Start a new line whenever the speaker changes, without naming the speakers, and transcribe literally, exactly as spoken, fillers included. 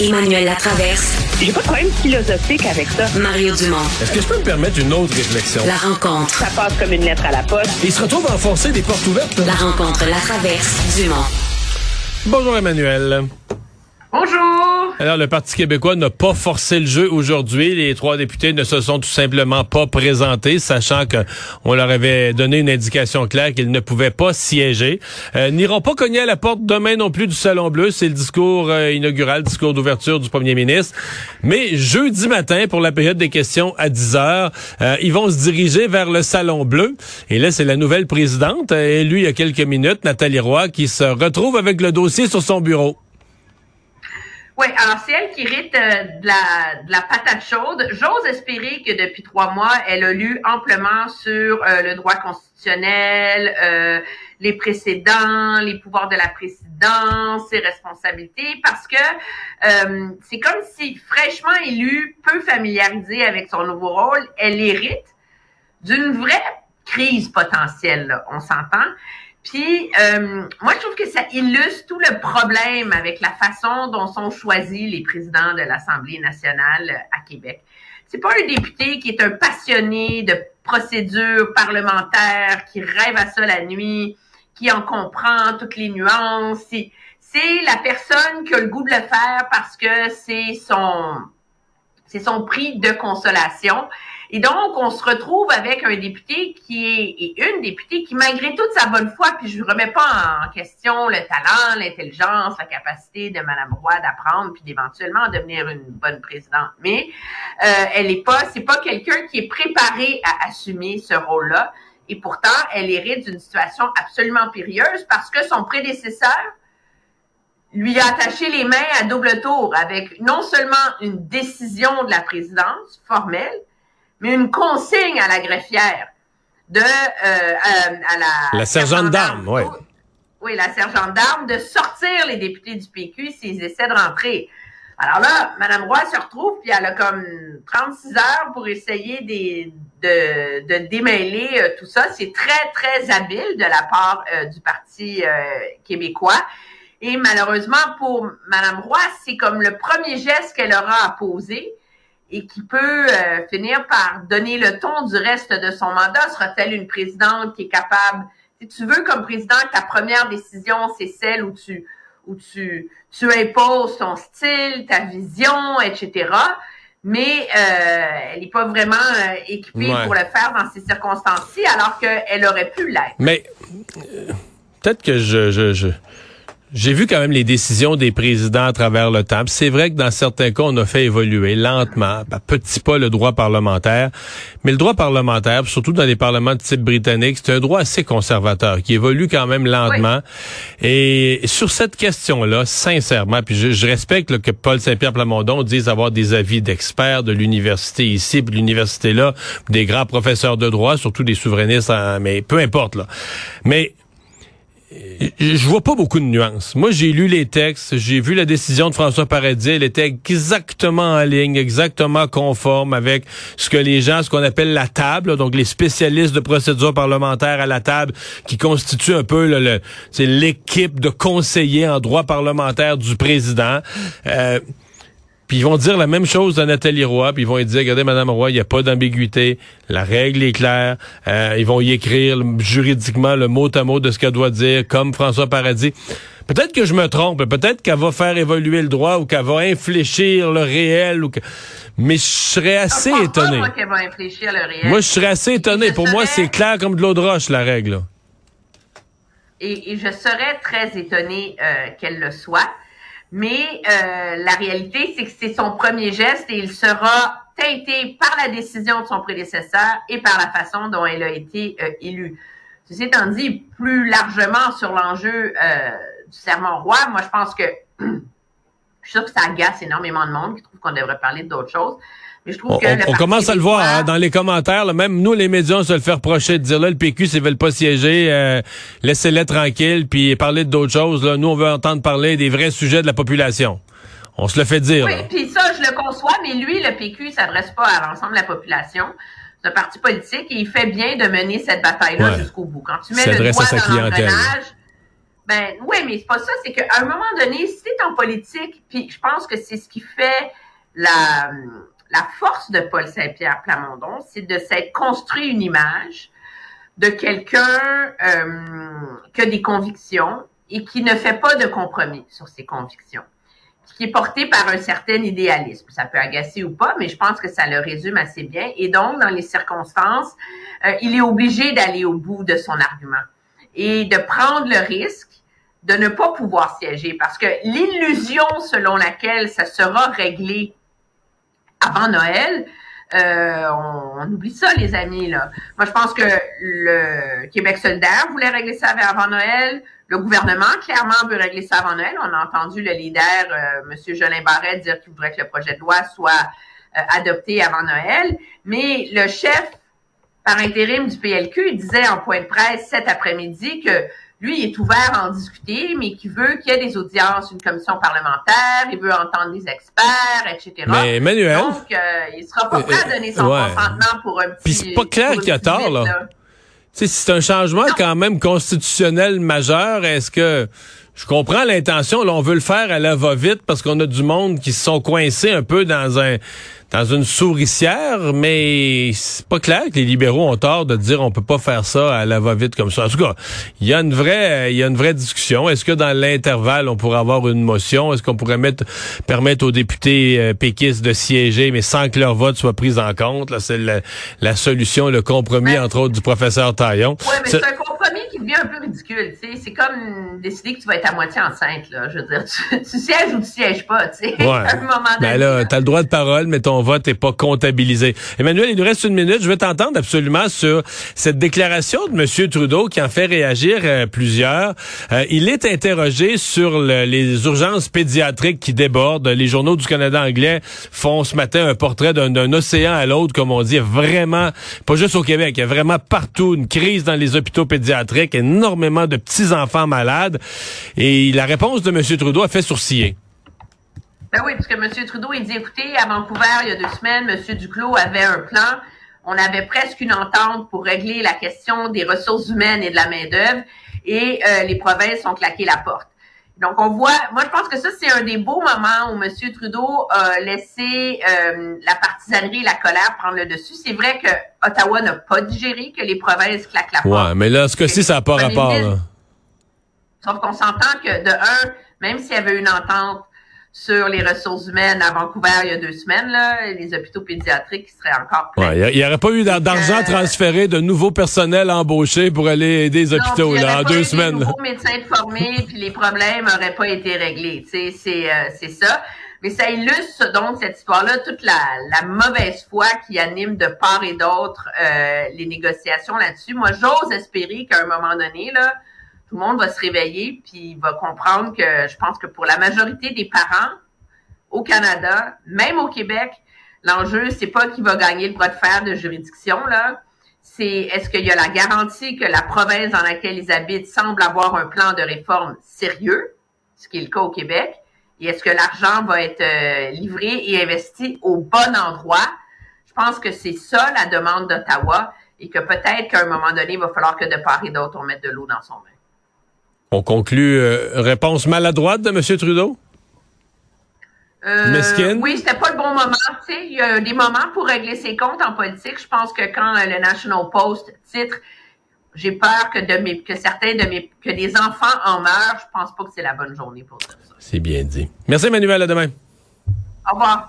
Emmanuel Latraverse.
J'ai pas de problème philosophique avec ça.
Mario Dumont.
Est-ce que je peux me permettre une autre réflexion?
La rencontre.
Ça passe comme une lettre à la poste.
Il se retrouve à enfoncer des portes ouvertes.
La rencontre Latraverse Dumont.
Bonjour Emmanuel.
Bonjour!
Alors, le Parti québécois n'a pas forcé le jeu aujourd'hui. Les trois députés ne se sont tout simplement pas présentés, sachant qu'on leur avait donné une indication claire qu'ils ne pouvaient pas siéger. Euh, n'iront pas cogner à la porte demain non plus du Salon Bleu. C'est le discours euh, inaugural, le discours d'ouverture du premier ministre. Mais jeudi matin, pour la période des questions à dix heures, euh, ils vont se diriger vers le Salon Bleu. Et là, c'est la nouvelle présidente, euh, élue il y a quelques minutes, Nathalie Roy, qui se retrouve avec le dossier sur son bureau.
Oui, alors c'est elle qui hérite euh, de, la, de la patate chaude. J'ose espérer que depuis trois mois, elle a lu amplement sur euh, le droit constitutionnel, euh, les précédents, les pouvoirs de la présidence, ses responsabilités, parce que euh, c'est comme si fraîchement élue, peu familiarisée avec son nouveau rôle, elle hérite d'une vraie crise potentielle, là, on s'entend. Puis, euh, moi, je trouve que ça illustre tout le problème avec la façon dont sont choisis les présidents de l'Assemblée nationale à Québec. C'est pas un député qui est un passionné de procédures parlementaires, qui rêve à ça la nuit, qui en comprend toutes les nuances. C'est, c'est la personne qui a le goût de le faire parce que c'est son, c'est son prix de consolation. Et donc, on se retrouve avec un député qui est, et une députée qui, malgré toute sa bonne foi, puis je ne remets pas en question le talent, l'intelligence, la capacité de Mme Roy d'apprendre, puis d'éventuellement devenir une bonne présidente. Mais euh, elle est pas, c'est pas quelqu'un qui est préparé à assumer ce rôle-là. Et pourtant, elle hérite d'une situation absolument périlleuse parce que son prédécesseur lui a attaché les mains à double tour avec non seulement une décision de la présidence formelle, mais une consigne à la greffière de euh, à, à la
la sergente d'armes, oui.
Oui, la sergente d'armes de sortir les députés du P Q s'ils essaient de rentrer. Alors là, Mme Roy se retrouve puis elle a comme trente-six heures pour essayer des, de, de démêler euh, tout ça. C'est très très habile de la part euh, du Parti euh, québécois. Et malheureusement pour Mme Roy, c'est comme le premier geste qu'elle aura à poser et qui peut euh, finir par donner le ton du reste de son mandat. Sera-t-elle une présidente qui est capable, si tu veux comme président, que ta première décision, c'est celle où tu où tu tu imposes ton style, ta vision, et cetera. Mais euh, elle n'est pas vraiment euh, équipée ouais. pour le faire dans ces circonstances-ci, alors qu'elle aurait pu l'être.
Mais euh, peut-être que je... je, je... J'ai vu quand même les décisions des présidents à travers le temps. Puis c'est vrai que dans certains cas, on a fait évoluer lentement, à petits pas, le droit parlementaire. Mais le droit parlementaire, surtout dans les parlements de type britannique, c'est un droit assez conservateur, qui évolue quand même lentement. Oui. Et sur cette question-là, sincèrement, puis je, je respecte là, que Paul Saint-Pierre Plamondon dise avoir des avis d'experts de l'université ici, puis de l'université là, des grands professeurs de droit, surtout des souverainistes, hein, mais peu importe là. Mais je vois pas beaucoup de nuances. Moi, j'ai lu les textes, j'ai vu la décision de François Paradis, elle était exactement en ligne, exactement conforme avec ce que les gens, ce qu'on appelle la table, donc les spécialistes de procédure parlementaire à la table, qui constituent un peu le, le c'est l'équipe de conseillers en droit parlementaire du président. Euh, Puis ils vont dire la même chose à Nathalie Roy, puis ils vont lui dire, regardez, Mme Roy, il n'y a pas d'ambiguïté, la règle est claire, euh, ils vont y écrire juridiquement le mot à mot de ce qu'elle doit dire, comme François Paradis. Peut-être que je me trompe, peut-être qu'elle va faire évoluer le droit ou qu'elle va infléchir le réel, ou que... mais je serais assez
je pense
étonné.
Pas, moi, qu'elle va infléchir le réel.
Moi, je serais assez étonné. Pour
serais...
moi, c'est clair comme de l'eau de roche, la règle. Là.
Et, et je serais très étonnée euh, qu'elle le soit. Mais euh, la réalité, c'est que c'est son premier geste et il sera teinté par la décision de son prédécesseur et par la façon dont elle a été euh, élue. Ceci étant dit, plus largement sur l'enjeu euh, du serment roi, moi je pense que je suis sûre que ça agace énormément de monde qui trouve qu'on devrait parler d'autres choses. Mais je trouve
on,
que le
on commence à le voir hein, dans les commentaires. Là, même nous, les médias, on se le fait reprocher de dire là, le P Q, s'ils veulent pas siéger, euh, laissez-les tranquilles, puis parler d'autres choses. Là. Nous, on veut entendre parler des vrais sujets de la population. On se le fait dire.
Oui, puis ça, je le conçois, mais lui, le P Q, il s'adresse pas à l'ensemble de la population. C'est un parti politique et il fait bien de mener cette bataille-là ouais. jusqu'au bout. Quand tu mets le doigt dans l'engrenage, Ben oui, mais c'est pas ça. C'est qu'à un moment donné, si t'es en politique, puis je pense que c'est ce qui fait la, la force de Paul Saint-Pierre Plamondon, c'est de s'être construit une image de quelqu'un euh, qui a des convictions et qui ne fait pas de compromis sur ses convictions, qui est porté par un certain idéalisme. Ça peut agacer ou pas, mais je pense que ça le résume assez bien. Et donc, dans les circonstances, euh, il est obligé d'aller au bout de son argument et de prendre le risque de ne pas pouvoir siéger, parce que l'illusion selon laquelle ça sera réglé avant Noël, euh, on, on oublie ça, les amis, là. Moi, je pense que le Québec solidaire voulait régler ça avant Noël. Le gouvernement, clairement, veut régler ça avant Noël. On a entendu le leader, euh, M. Jolin Barrette, dire qu'il voudrait que le projet de loi soit euh, adopté avant Noël. Mais le chef par intérim du P L Q, il disait en point de presse cet après-midi que lui, il est ouvert à en discuter, mais qu'il veut qu'il y ait des audiences, une commission parlementaire, il veut entendre des experts, et cetera.
Mais Emmanuel...
Donc, euh, il sera pas prêt à donner son ouais. consentement pour un petit...
Puis c'est pas clair qu'il y a tort, là. là. Tu sais, c'est un changement non. quand même constitutionnel majeur. Est-ce que... Je comprends l'intention, là, on veut le faire à la va-vite parce qu'on a du monde qui se sont coincés un peu dans un dans une souricière, mais c'est pas clair que les libéraux ont tort de dire on peut pas faire ça à la va-vite comme ça. En tout cas, il y a une vraie il y a une vraie discussion. Est-ce que dans l'intervalle, on pourrait avoir une motion? Est-ce qu'on pourrait mettre permettre aux députés euh, péquistes de siéger, mais sans que leur vote soit pris en compte? Là, c'est la, la solution, le compromis, mais, entre autres, du professeur Taillon.
Oui, mais c'est, c'est un compromis qui devient un peu ridicule. Tu sais, c'est comme décider que tu vas être à moitié enceinte, là. Je veux dire, tu, tu sièges ou tu sièges pas, tu sais.
Ouais.
À un moment donné.
Ben là, t'as le droit de parole, mais ton vote n'est pas comptabilisé. Emmanuel, il nous reste une minute. Je veux t'entendre absolument sur cette déclaration de M. Trudeau qui en fait réagir euh, plusieurs. Euh, il est interrogé sur le, les urgences pédiatriques qui débordent. Les journaux du Canada anglais font ce matin un portrait d'un, d'un océan à l'autre, comme on dit. Vraiment, pas juste au Québec, il y a vraiment partout une crise dans les hôpitaux pédiatriques, énormément de petits-enfants malades. Et la réponse de M. Trudeau a fait sourciller.
Ben oui, parce que M. Trudeau, il dit, écoutez, à Vancouver, il y a deux semaines, M. Duclos avait un plan. On avait presque une entente pour régler la question des ressources humaines et de la main-d'œuvre. Et euh, les provinces ont claqué la porte. Donc, on voit, moi, je pense que ça, c'est un des beaux moments où M. Trudeau a laissé euh, la partisanerie et la colère prendre le dessus. C'est vrai que Ottawa n'a pas digéré que les provinces claquent la porte.
Ouais, mais là, ce cas-ci, ça n'a pas rapport, là.
Sauf qu'on s'entend que, de un, même s'il y avait une entente sur les ressources humaines à Vancouver il y a deux semaines, là, les hôpitaux pédiatriques qui seraient encore pleins.
Ouais, il n'y aurait pas eu d'argent euh, transféré de nouveaux personnels embauchés pour aller aider les hôpitaux, là, en deux semaines.
Les nouveaux médecins de formés, puis les problèmes n'auraient pas été réglés. Tu sais, c'est, euh, c'est ça. Mais ça illustre donc cette histoire-là, toute la, la mauvaise foi qui anime de part et d'autre euh, les négociations là-dessus. Moi, j'ose espérer qu'à un moment donné, là, tout le monde va se réveiller puis va comprendre que je pense que pour la majorité des parents au Canada, même au Québec, l'enjeu, c'est pas qui va gagner le bras de fer de juridiction, là. C'est est-ce qu'il y a la garantie que la province dans laquelle ils habitent semble avoir un plan de réforme sérieux, ce qui est le cas au Québec, et est-ce que l'argent va être euh, livré et investi au bon endroit? Je pense que c'est ça la demande d'Ottawa et que peut-être qu'à un moment donné, il va falloir que de part et d'autre, on mette de l'eau dans son vin.
On conclut, euh, réponse maladroite de M. Trudeau?
Euh, Mesquine? Oui, c'était pas le bon moment. Tu sais, il y a des moments pour régler ses comptes en politique. Je pense que quand euh, le National Post titre « J'ai peur que de mes que certains de mes que des enfants en meurent », je pense pas que c'est la bonne journée pour ça.
C'est bien dit. Merci Emmanuel, à demain.
Au revoir.